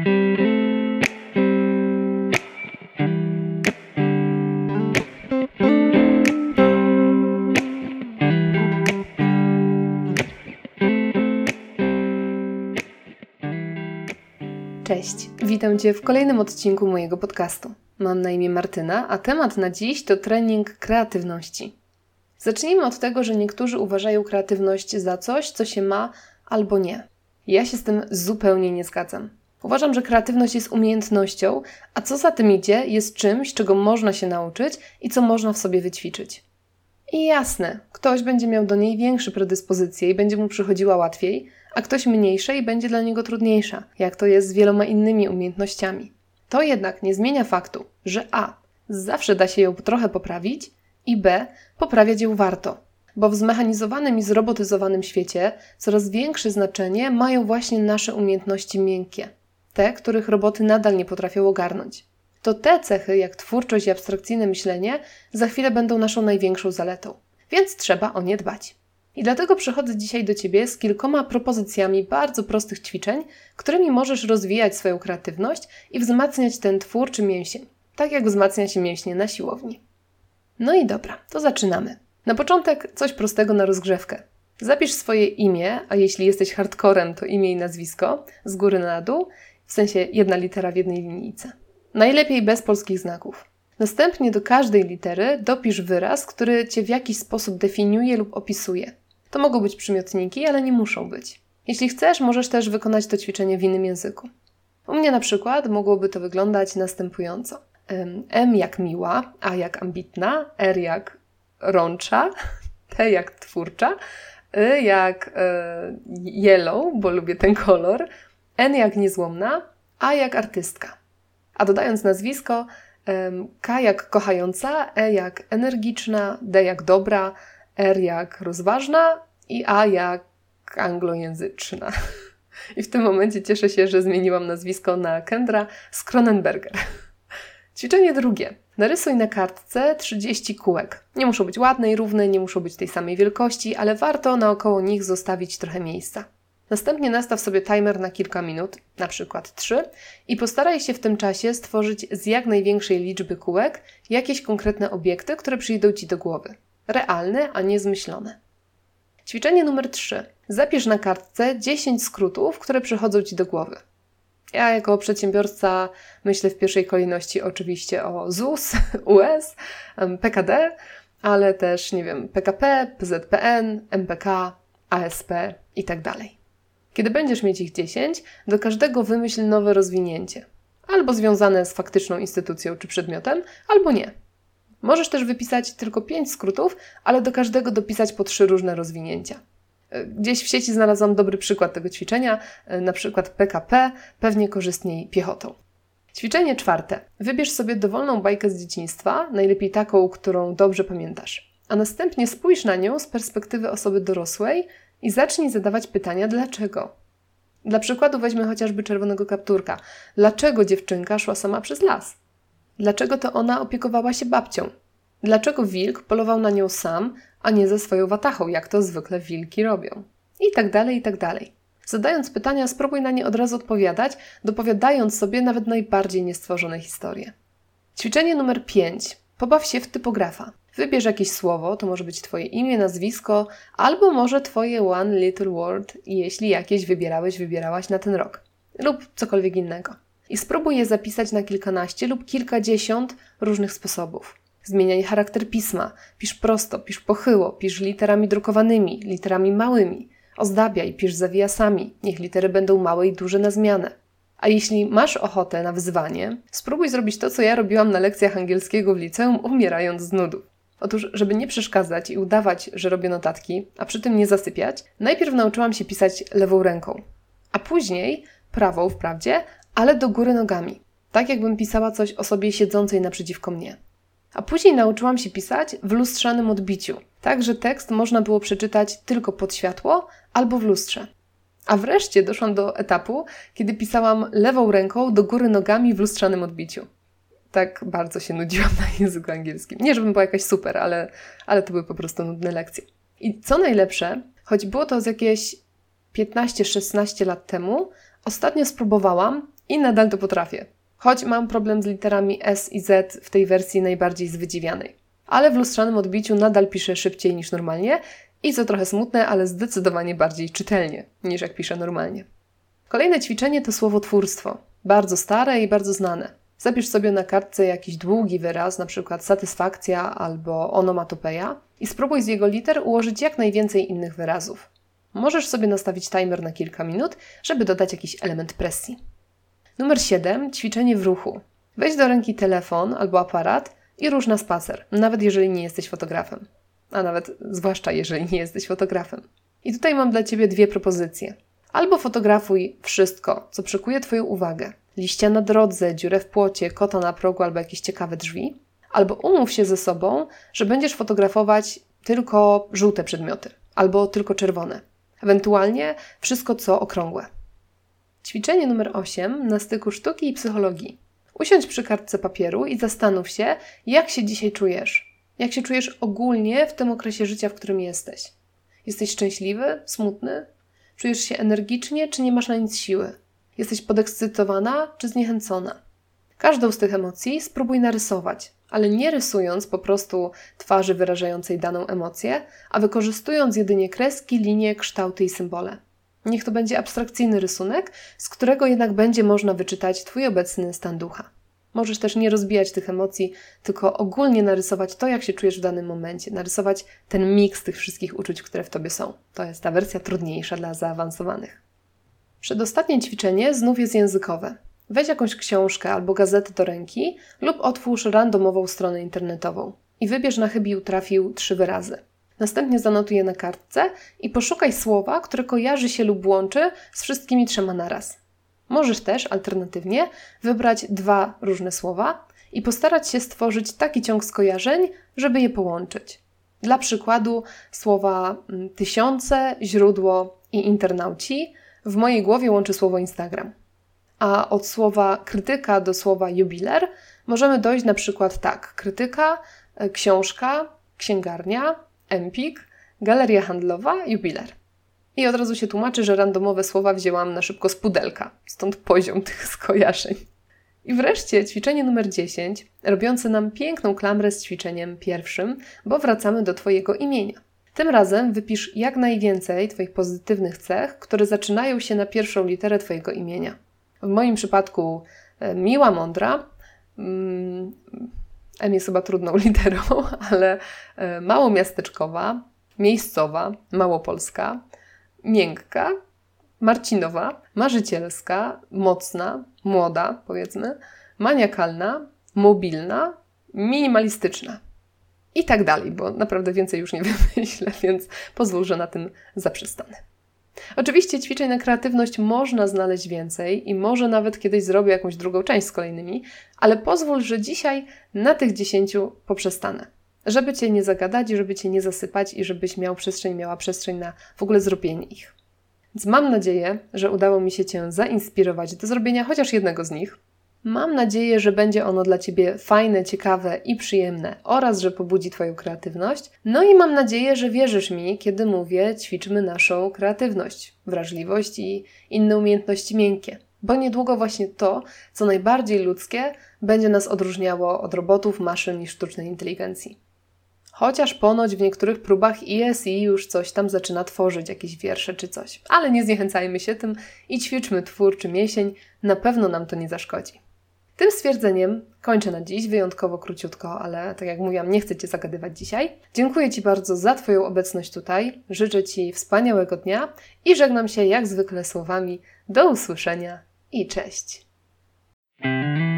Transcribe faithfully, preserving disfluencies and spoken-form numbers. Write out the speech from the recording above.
Cześć, witam Cię w kolejnym odcinku mojego podcastu. Mam na imię Martyna, a temat na dziś to trening kreatywności. Zacznijmy od tego, że niektórzy uważają kreatywność za coś, co się ma albo nie. Ja się z tym zupełnie nie zgadzam. Uważam, że kreatywność jest umiejętnością, a co za tym idzie, jest czymś, czego można się nauczyć i co można w sobie wyćwiczyć. I jasne, ktoś będzie miał do niej większe predyspozycje i będzie mu przychodziła łatwiej, a ktoś mniejsze i będzie dla niego trudniejsza, jak to jest z wieloma innymi umiejętnościami. To jednak nie zmienia faktu, że a. zawsze da się ją trochę poprawić i b. poprawiać ją warto. Bo w zmechanizowanym i zrobotyzowanym świecie coraz większe znaczenie mają właśnie nasze umiejętności miękkie. Te, których roboty nadal nie potrafią ogarnąć. To te cechy, jak twórczość i abstrakcyjne myślenie, za chwilę będą naszą największą zaletą. Więc trzeba o nie dbać. I dlatego przychodzę dzisiaj do Ciebie z kilkoma propozycjami bardzo prostych ćwiczeń, którymi możesz rozwijać swoją kreatywność i wzmacniać ten twórczy mięsień, tak jak wzmacnia się mięśnie na siłowni. No i dobra, to zaczynamy. Na początek coś prostego na rozgrzewkę. Zapisz swoje imię, a jeśli jesteś hardcorem, to imię i nazwisko, z góry na dół, w sensie jedna litera w jednej linijce. Najlepiej bez polskich znaków. Następnie do każdej litery dopisz wyraz, który Cię w jakiś sposób definiuje lub opisuje. To mogą być przymiotniki, ale nie muszą być. Jeśli chcesz, możesz też wykonać to ćwiczenie w innym języku. U mnie na przykład mogłoby to wyglądać następująco. M jak miła, A jak ambitna, R jak rącza, T jak twórcza, Y jak e, yellow, bo lubię ten kolor, N jak niezłomna, A jak artystka. A dodając nazwisko, K jak kochająca, E jak energiczna, D jak dobra, R jak rozważna i A jak anglojęzyczna. I w tym momencie cieszę się, że zmieniłam nazwisko na Kendra z Cronenberger. Ćwiczenie drugie. Narysuj na kartce trzydzieści kółek. Nie muszą być ładne i równe, nie muszą być tej samej wielkości, ale warto naokoło nich zostawić trochę miejsca. Następnie nastaw sobie timer na kilka minut, na przykład trzy, i postaraj się w tym czasie stworzyć z jak największej liczby kółek jakieś konkretne obiekty, które przyjdą Ci do głowy. Realne, a nie zmyślone. Ćwiczenie numer trzy. Zapisz na kartce dziesięć skrótów, które przychodzą Ci do głowy. Ja jako przedsiębiorca myślę w pierwszej kolejności oczywiście o Z U S, U S, P K D, ale też, nie wiem, P K P, P Z P N, M P K, A S P i tak dalej. Kiedy będziesz mieć ich dziesięć, do każdego wymyśl nowe rozwinięcie. Albo związane z faktyczną instytucją czy przedmiotem, albo nie. Możesz też wypisać tylko pięć skrótów, ale do każdego dopisać po trzy różne rozwinięcia. Gdzieś w sieci znalazłam dobry przykład tego ćwiczenia, na przykład P K P, pewnie korzystniej piechotą. Ćwiczenie czwarte. Wybierz sobie dowolną bajkę z dzieciństwa, najlepiej taką, którą dobrze pamiętasz. A następnie spójrz na nią z perspektywy osoby dorosłej i zacznij zadawać pytania dlaczego. Dla przykładu weźmy chociażby Czerwonego Kapturka. Dlaczego dziewczynka szła sama przez las? Dlaczego to ona opiekowała się babcią? Dlaczego wilk polował na nią sam, a nie ze swoją watachą, jak to zwykle wilki robią? I tak dalej, i tak dalej. Zadając pytania, spróbuj na nie od razu odpowiadać, dopowiadając sobie nawet najbardziej niestworzone historie. Ćwiczenie numer pięć. Pobaw się w typografa. Wybierz jakieś słowo, to może być Twoje imię, nazwisko, albo może Twoje one little word, jeśli jakieś wybierałeś, wybierałaś na ten rok. Lub cokolwiek innego. I spróbuj je zapisać na kilkanaście lub kilkadziesiąt różnych sposobów. Zmieniaj charakter pisma. Pisz prosto, pisz pochyło, pisz literami drukowanymi, literami małymi. Ozdabiaj, pisz zawijasami. Niech litery będą małe i duże na zmianę. A jeśli masz ochotę na wyzwanie, spróbuj zrobić to, co ja robiłam na lekcjach angielskiego w liceum, umierając z nudów. Otóż, żeby nie przeszkadzać i udawać, że robię notatki, a przy tym nie zasypiać, najpierw nauczyłam się pisać lewą ręką, a później prawą wprawdzie, ale do góry nogami. Tak jakbym pisała coś o sobie siedzącej naprzeciwko mnie. A później nauczyłam się pisać w lustrzanym odbiciu, tak że tekst można było przeczytać tylko pod światło albo w lustrze. A wreszcie doszłam do etapu, kiedy pisałam lewą ręką do góry nogami w lustrzanym odbiciu. Tak bardzo się nudziłam na języku angielskim. Nie, żebym była jakaś super, ale, ale to były po prostu nudne lekcje. I co najlepsze, choć było to z jakieś piętnaście szesnaście lat temu, ostatnio spróbowałam I nadal to potrafię. Choć mam problem z literami S i Z w tej wersji najbardziej zwydziwianej. Ale w lustrzanym odbiciu nadal piszę szybciej niż normalnie i co trochę smutne, ale zdecydowanie bardziej czytelnie niż jak piszę normalnie. Kolejne ćwiczenie to słowotwórstwo. Bardzo stare i bardzo znane. Zapisz sobie na kartce jakiś długi wyraz, na przykład satysfakcja albo onomatopeja i spróbuj z jego liter ułożyć jak najwięcej innych wyrazów. Możesz sobie nastawić timer na kilka minut, żeby dodać jakiś element presji. Numer siedem. Ćwiczenie w ruchu. Weź do ręki telefon albo aparat i rusz na spacer, nawet jeżeli nie jesteś fotografem. A nawet zwłaszcza jeżeli nie jesteś fotografem. I tutaj mam dla Ciebie dwie propozycje. Albo fotografuj wszystko, co przykuje Twoją uwagę. Liścia na drodze, dziurę w płocie, kota na progu albo jakieś ciekawe drzwi. Albo umów się ze sobą, że będziesz fotografować tylko żółte przedmioty albo tylko czerwone. Ewentualnie wszystko, co okrągłe. Ćwiczenie numer osiem na styku sztuki i psychologii. Usiądź przy kartce papieru i zastanów się, jak się dzisiaj czujesz. Jak się czujesz ogólnie w tym okresie życia, w którym jesteś. Jesteś szczęśliwy? Smutny? Czujesz się energicznie, czy nie masz na nic siły? Jesteś podekscytowana, czy zniechęcona? Każdą z tych emocji spróbuj narysować, ale nie rysując po prostu twarzy wyrażającej daną emocję, a wykorzystując jedynie kreski, linie, kształty i symbole. Niech to będzie abstrakcyjny rysunek, z którego jednak będzie można wyczytać Twój obecny stan ducha. Możesz też nie rozbijać tych emocji, tylko ogólnie narysować to, jak się czujesz w danym momencie. Narysować ten miks tych wszystkich uczuć, które w Tobie są. To jest ta wersja trudniejsza dla zaawansowanych. Przedostatnie ćwiczenie znów jest językowe. Weź jakąś książkę albo gazetę do ręki lub otwórz randomową stronę internetową i wybierz na chybił trafił trzy wyrazy. Następnie zanotuj je na kartce i poszukaj słowa, które kojarzy się lub łączy z wszystkimi trzema naraz. Możesz też alternatywnie wybrać dwa różne słowa i postarać się stworzyć taki ciąg skojarzeń, żeby je połączyć. Dla przykładu słowa tysiące, źródło i internauci w mojej głowie łączy słowo Instagram. A od słowa krytyka do słowa jubiler możemy dojść na przykład tak. Krytyka, książka, księgarnia, empik, galeria handlowa, jubiler. I od razu się tłumaczy, że randomowe słowa wzięłam na szybko z pudelka. Stąd poziom tych skojarzeń. I wreszcie ćwiczenie numer dziesięć, robiące nam piękną klamrę z ćwiczeniem pierwszym, bo wracamy do Twojego imienia. Tym razem wypisz jak najwięcej Twoich pozytywnych cech, które zaczynają się na pierwszą literę Twojego imienia. W moim przypadku e, miła, mądra, mm, M jest chyba trudną literą, ale e, małomiasteczkowa, miejscowa, małopolska, miękka, marcinowa, marzycielska, mocna, młoda, powiedzmy, maniakalna, mobilna, minimalistyczna. I tak dalej, bo naprawdę więcej już nie wymyślę, więc pozwól, że na tym zaprzestanę. Oczywiście ćwiczeń na kreatywność można znaleźć więcej i może nawet kiedyś zrobię jakąś drugą część z kolejnymi, ale pozwól, że dzisiaj na tych dziesięciu poprzestanę. Żeby Cię nie zagadać, żeby Cię nie zasypać i żebyś miał przestrzeń, miała przestrzeń na w ogóle zrobienie ich. Więc mam nadzieję, że udało mi się Cię zainspirować do zrobienia chociaż jednego z nich. Mam nadzieję, że będzie ono dla Ciebie fajne, ciekawe i przyjemne oraz, że pobudzi Twoją kreatywność. No i mam nadzieję, że wierzysz mi, kiedy mówię, ćwiczmy naszą kreatywność, wrażliwość i inne umiejętności miękkie. Bo niedługo właśnie to, co najbardziej ludzkie, będzie nas odróżniało od robotów, maszyn i sztucznej inteligencji. Chociaż ponoć w niektórych próbach I S I już coś tam zaczyna tworzyć, jakieś wiersze czy coś. Ale nie zniechęcajmy się tym i ćwiczmy twórczy mięsień, na pewno nam to nie zaszkodzi. Tym stwierdzeniem kończę na dziś, wyjątkowo króciutko, ale tak jak mówiłam, nie chcę Cię zagadywać dzisiaj. Dziękuję Ci bardzo za Twoją obecność tutaj, życzę Ci wspaniałego dnia i żegnam się jak zwykle słowami do usłyszenia i cześć!